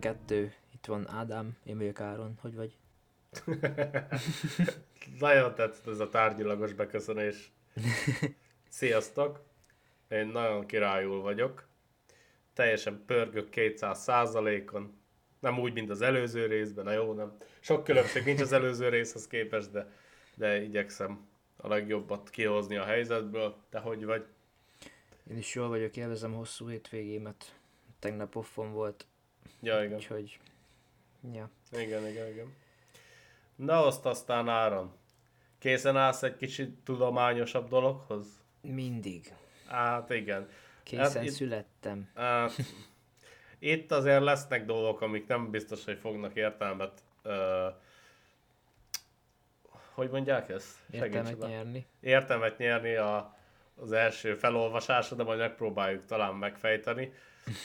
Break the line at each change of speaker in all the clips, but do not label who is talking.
12, itt van Ádám, én vagyok Áron, hogy vagy?
Nagyon tetszett ez a tárgyilagos beköszönés. Sziasztok! Én nagyon királyul vagyok. Teljesen pörgök 200%-on. Nem úgy, mint az előző részben, na jó, nem. Sok különbség nincs az előző részhez képest, de igyekszem a legjobbat kihozni a helyzetből. Te hogy vagy?
Én is jól vagyok, élvezem a hosszú hétvégémet. Tegnap offon volt,
Ja, igen.
úgyhogy... Ja.
Igen. Na azt aztán Áron. Készen állsz egy kicsit tudományosabb dologhoz?
Mindig.
Hát igen.
Készen
itt,
születtem.
hát, itt azért lesznek dolgok, amik nem biztos, hogy fognak értelmet. Hogy mondják ezt?
Értelmet nyerni.
Értelmet nyerni az első felolvasásra, de majd megpróbáljuk talán megfejteni.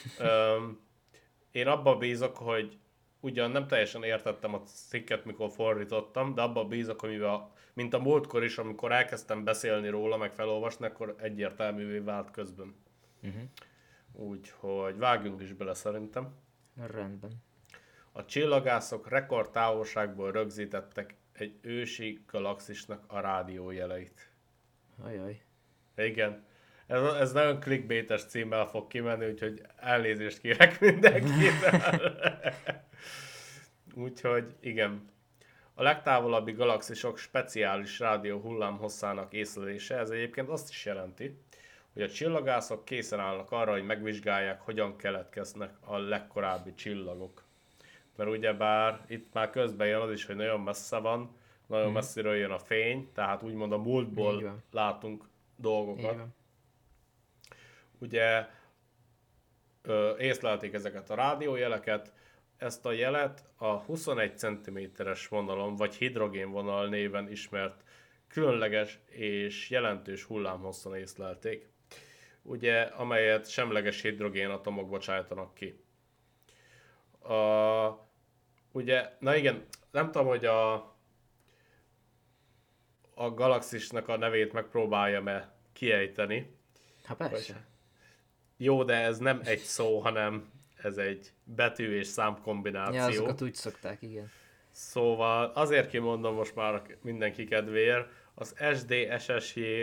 Én abban bízok, hogy ugyan nem teljesen értettem a cikket, mikor fordítottam, de abban bízok, hogy mint a múltkor is, amikor elkezdtem beszélni róla, meg felolvasni, akkor egyértelművé vált közben. Úgyhogy vágjunk is bele szerintem.
Rendben.
A csillagászok rekordtávolságból rögzítettek egy ősi galaxisnak a rádiójeleit.
Ajaj.
Igen. Ez nagyon clickbaites címmel fog kimenni, úgyhogy elnézést kérek mindenkitől. Úgyhogy igen. A legtávolabbi galaxisok speciális rádió hullámhosszának észlelése, ez egyébként azt is jelenti, hogy a csillagászok készen állnak arra, hogy megvizsgálják, hogyan keletkeznek a legkorábbi csillagok. Mert ugyebár itt már közben jön az is, hogy nagyon messze van, nagyon messziről jön a fény, tehát úgymond a múltból látunk dolgokat. Ugye észlelték ezeket a rádiójeleket, ezt a jelet a 21 cm-es vonalon, vagy hidrogénvonal néven ismert különleges és jelentős hullámhosszon észlelték, ugye, amelyet semleges hidrogénatomok bocsájtanak ki. Ugye, na igen, nem tudom, hogy a galaxisnak a nevét megpróbáljam-e kiejteni.
Ha persze.
Jó, de ez nem egy szó, hanem ez egy betű és szám kombináció.
Ja, azokat úgy szokták, igen.
Szóval azért kimondom most már mindenki kedvéért, az SDSSJ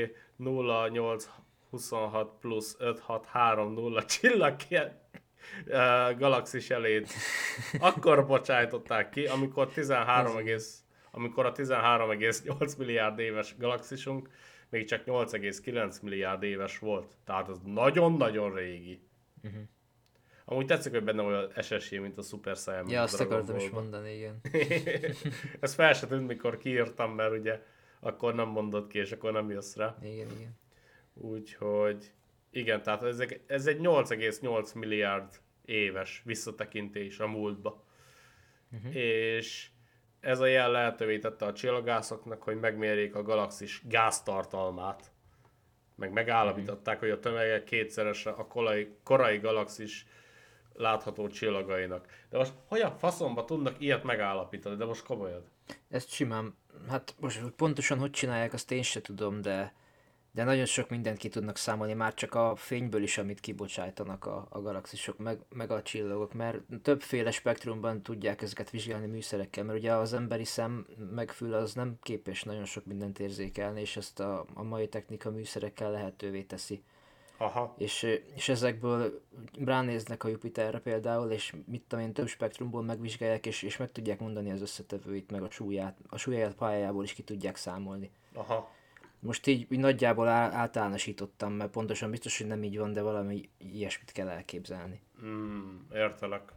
0826 plusz 5630 csillag galaxis elét akkor bocsájtották ki, amikor a 13,8 milliárd éves galaxisunk még csak 8,9 milliárd éves volt. Tehát az nagyon-nagyon régi. Amúgy tetszik, hogy benne olyan SSJ, mint a Super Saiyan.
Ja, azt akartam is mondani, igen.
Ez fel se tűnt, mikor kiírtam, mert ugye akkor nem mondod ki, és akkor nem jössz rá.
Igen.
Úgyhogy igen, tehát ez egy 8,8 milliárd éves visszatekintés a múltba. És ez a jel lehetővé tette a csillagászoknak, hogy megmérjék a galaxis gáztartalmát. Meg megállapították, hogy a tömege kétszerese a korai galaxis látható csillagainak. De most hogyan faszomba tudnak ilyet megállapítani? De most komolyan.
Ezt simán, hát most pontosan hogy csinálják, azt én se tudom, de nagyon sok mindent ki tudnak számolni, már csak a fényből is, amit kibocsájtanak a galaxisok, meg a csillagok, mert többféle spektrumban tudják ezeket vizsgálni műszerekkel, mert ugye az emberi szem meg fül az nem képes nagyon sok mindent érzékelni, és ezt a mai technika műszerekkel lehetővé teszi.
Aha.
És ezekből ránéznek a Jupiterre például, és mit tudom én, több spektrumból megvizsgálják, és meg tudják mondani az összetevőit, meg a súlyát pályájából is ki tudják számolni.
Aha.
Most így nagyjából általánosítottam, mert pontosan biztos, hogy nem így van, de valami ilyesmit kell elképzelni.
Értelek.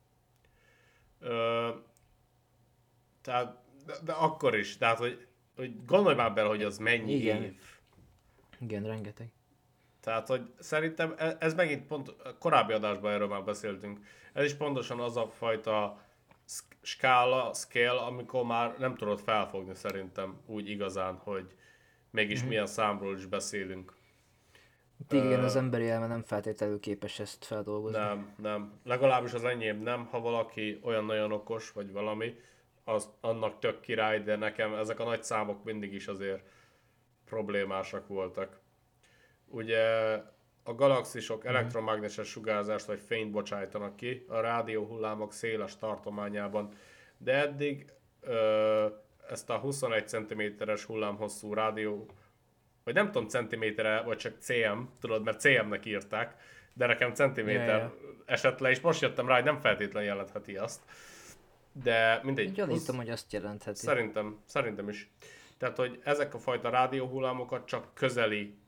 Tehát, de akkor is, tehát, hogy gondolj már bele, hogy az mennyi év.
Igen, rengeteg.
Tehát, hogy szerintem ez megint pont, korábbi adásban erről már beszéltünk, ez is pontosan az a fajta scale, amikor már nem tudod felfogni szerintem úgy igazán, hogy mégis milyen számról is beszélünk.
Igen, az emberi elme nem feltétlenül képes ezt feldolgozni.
Nem. Legalábbis az enyém nem, ha valaki olyan nagyon okos, vagy valami, az annak tök király, de nekem ezek a nagy számok mindig is azért problémásak voltak. Ugye a galaxisok elektromágneses sugárzást vagy fényt bocsájtanak ki a rádióhullámok széles tartományában, de eddig ezt a 21 cm-es hullámhosszú rádió, vagy nem tudom centiméterre, vagy csak cm, tudod, mert cm-nek írták, de nekem centiméter esett le, és most jöttem rá, hogy nem feltétlenül jelentheti azt. De mindegy.
Gyanítom, hogy azt jelentheti.
Szerintem is. Tehát, hogy ezek a fajta rádióhullámokat csak közeli,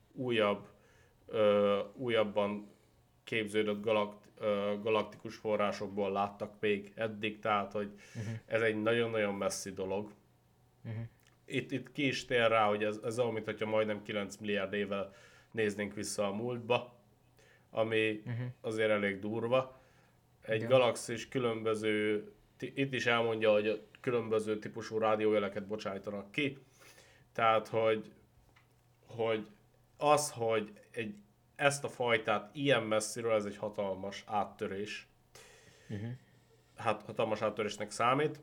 újabban képződött galaktikus forrásokból láttak még eddig, tehát, hogy ez egy nagyon-nagyon messzi dolog. Itt ki is tér rá, hogy ez olyan, mintha majdnem 9 milliárd évvel néznénk vissza a múltba, ami azért elég durva. Egy galaxis különböző, itt is elmondja, hogy különböző típusú rádiójeleket bocsájtanak ki, tehát, hogy ezt a fajtát ilyen messziről, ez egy hatalmas áttörés. Hát hatalmas áttörésnek számít.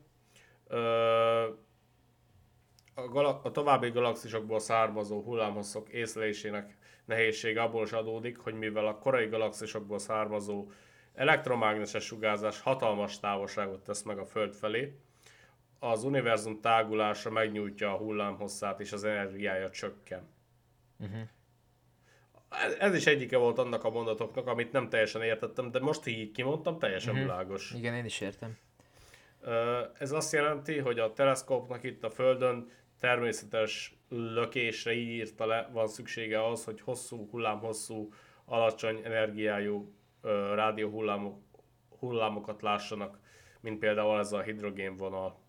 A további galaxisokból származó hullámhosszok észlelésének nehézsége abból is adódik, hogy mivel a korai galaxisokból származó elektromágneses sugárzás hatalmas távolságot tesz meg a Föld felé, az univerzum tágulása megnyújtja a hullámhosszát és az energiája csökken. Ez is egyike volt annak a mondatoknak, amit nem teljesen értettem, de most így kimondtam, teljesen világos.
Igen, én is értem.
Ez azt jelenti, hogy a teleszkópnak itt a Földön természetes lökésre így írta le, van szüksége ahhoz, hogy hullámhosszú, alacsony energiájú rádióhullámokat lássanak, mint például ez a hidrogénvonal.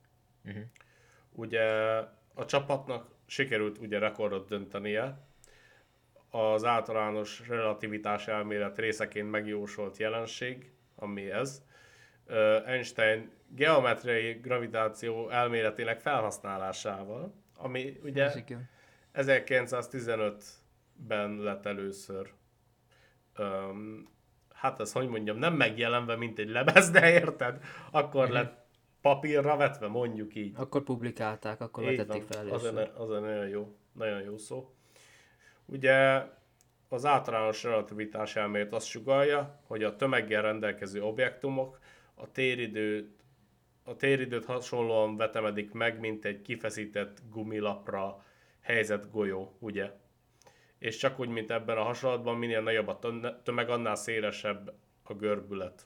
Ugye a csapatnak sikerült ugye rekordot döntenie, az általános relativitás elmélet részeként megjósolt jelenség, ami ez, Einstein geometriai gravitáció elméletének felhasználásával, ami ugye 1915-ben lett először, hát ez hogy mondjam, nem megjelenve, mint egy lemez, de érted? Akkor lett papírra vetve, mondjuk így.
Akkor publikálták, akkor vetették fel először.
Az nagyon jó szó. Ugye az általános relativitás elmélet azt sugallja, hogy a tömeggel rendelkező objektumok a téridőt hasonlóan vetemedik meg, mint egy kifeszített gumilapra helyezett golyó, ugye? És csak úgy, mint ebben a hasonlatban, minél nagyobb a tömeg, annál szélesebb a görbület.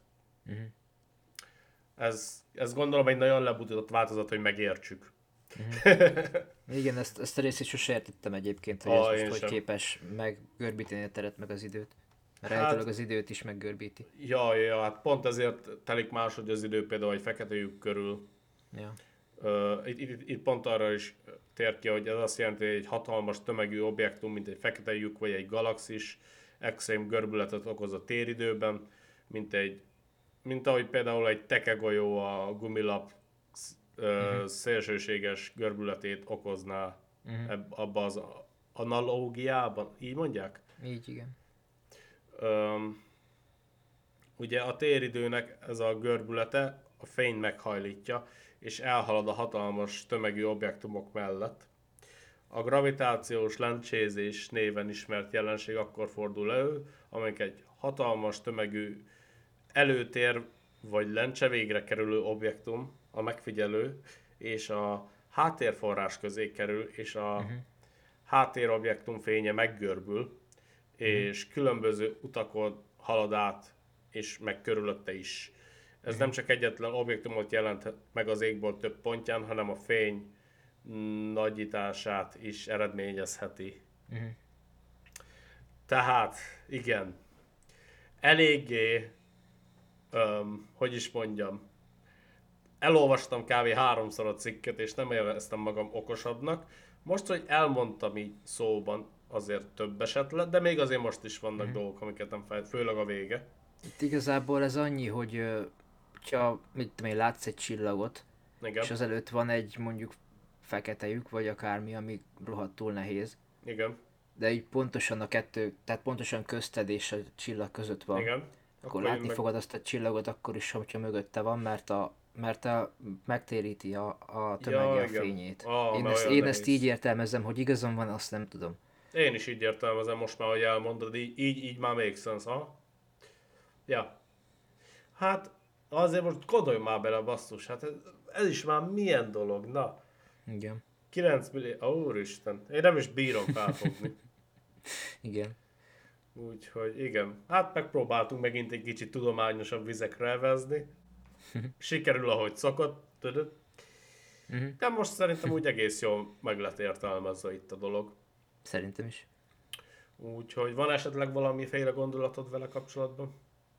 Ez gondolom egy nagyon lebutított változat, hogy megértsük.
Igen, ezt a részét sose értettem egyébként, hogy ez most hogy képes meggörbíteni a teret meg az időt. Mert állítólag az időt is meggörbíti.
Ja, hát pont ezért telik máshogy az idő például egy fekete lyuk körül.
Ja.
Itt pont arra is tér ki, hogy ez azt jelenti, hogy egy hatalmas tömegű objektum, mint egy fekete lyuk vagy egy galaxis, extrém görbületet okoz a téridőben, mint ahogy például egy tekegolyó a gumilap szélsőséges görbületét okozná abba az analógiában, így mondják?
Így, igen.
Ugye a téridőnek ez a görbülete a fényt meghajlítja, és elhalad a hatalmas tömegű objektumok mellett. A gravitációs lencsézés néven ismert jelenség akkor fordul elő, amelyik egy hatalmas tömegű előtér vagy lencse végre kerülő objektum, a megfigyelő, és a háttérforrás közé kerül, és a háttérobjektum fénye meggörbül, és különböző utakon halad át, és meg körülötte is. Ez nem csak egyetlen objektumot jelent meg az égbolt több pontján, hanem a fény nagyítását is eredményezheti. Tehát, igen, eléggé, hogy is mondjam, elolvastam kb. 3-szor a cikket, és nem éreztem magam okosabbnak. Most, hogy elmondtam így szóban, azért több eset lett, de még azért most is vannak dolgok, amiket nem fejt, főleg a vége.
Itt igazából ez annyi, hogy ha mit tudom én, látsz egy csillagot,
Igen.
és azelőtt van egy mondjuk fekete lyuk, vagy akármi, ami rohadtul nehéz.
Igen.
De így pontosan a kettő, tehát pontosan közted és a csillag között van.
Igen.
Akkor látni fogod azt a csillagot akkor is, hogyha mögötte van, mert megtéríti a tömege a fényét.
Ah,
Én ezt így értelmezem, hogy igazam van, azt nem tudom.
Én is így értelmezem most már, hogy elmondod, így már make sense, ha? Ja. Hát azért most gondolj már bele, basszus, hát ez is már milyen dolog, na.
Igen.
9 millió, úristen, én nem is bírom felfogni.
Igen.
Úgyhogy igen, hát megpróbáltunk megint egy kicsit tudományosabb vizekre elvezni. Sikerül, ahogy szokott, tudod.
Mhm.
De most szerintem úgy egész jól meg lett értelmezve itt a dolog.
Szerintem is.
Úgyhogy van esetleg valamiféle gondolatod vele kapcsolatban?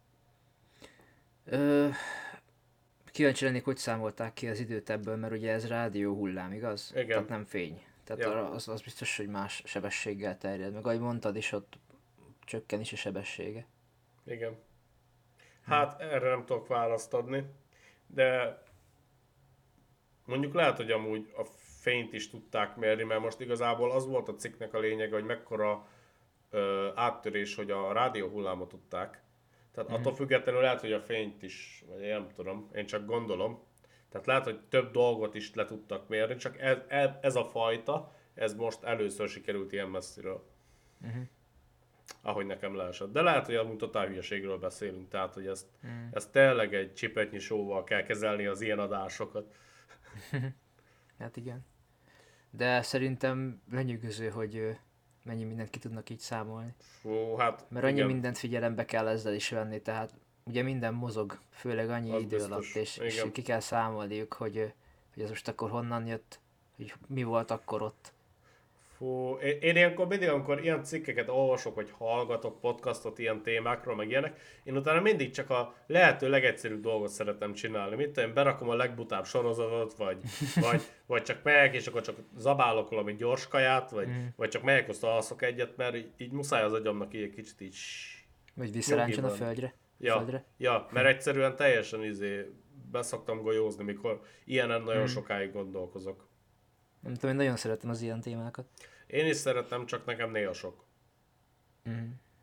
Ö, Kíváncsi lennék, hogy számolták ki az időt ebből, mert ugye ez rádió hullám, igaz?
Igen.
Tehát nem fény. Tehát
Ja.
az biztos, hogy más sebességgel terjed. Meg ahogy mondtad is, ott csökken is a sebessége.
Igen. Hát erre nem tudok választ adni, de mondjuk lehet, hogy amúgy a fényt is tudták mérni, mert most igazából az volt a cikknek a lényege, hogy mekkora áttörés, hogy a rádióhullámot tudták. Tehát attól függetlenül lehet, hogy a fényt is, vagy én nem tudom, én csak gondolom. Tehát lehet, hogy több dolgot is le tudtak mérni, csak ez a fajta, ez most először sikerült ilyen messziről. Ahogy nekem leesett. De lehet, hogy amúgy totál hülyeségről beszélünk, tehát hogy ezt tényleg egy csipetnyi sóval kell kezelni az ilyen adásokat.
Hát igen. De szerintem lenyűgöző, hogy mennyi mindent ki tudnak így számolni.
Fú, hát
Mert annyi
igen,
mindent figyelembe kell ezzel is venni, tehát ugye minden mozog, főleg annyi
az
idő
biztos.
alatt, és
Igen.
ki kell számolniuk, hogy ez most akkor honnan jött, hogy mi volt akkor ott.
Fú, én ilyenkor mindig, amikor ilyen cikkeket olvasok, vagy hallgatok podcastot ilyen témákról, meg ilyenek, én utána mindig csak a lehető legegyszerűbb dolgot szeretem csinálni. Mit tudom, én berakom a legbutább sorozatot, vagy csak megyek, és akkor csak zabálok valami gyors kaját, vagy csak megyek, azt alszok egyet, mert így muszáj az agyamnak így egy kicsit így
Vagy visszaráncson a
nyugiban.
földre.
Ja, mert egyszerűen teljesen beszoktam golyózni, mikor ilyenen nagyon sokáig gondolkozok.
Nem tudom, én nagyon szeretem az ilyen témákat.
Én is szeretem, csak nekem néha sok.
Mhm.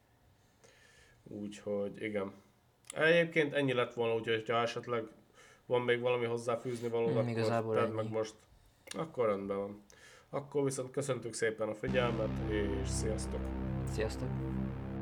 Úgyhogy igen. Egyébként ennyi lett volna, úgyhogy ha esetleg van még valami hozzáfűzni való, akkor
Igazából
tedd meg
ennyi.
most. Akkor rendben van. Akkor viszont köszöntük szépen a figyelmet, és sziasztok!
Sziasztok!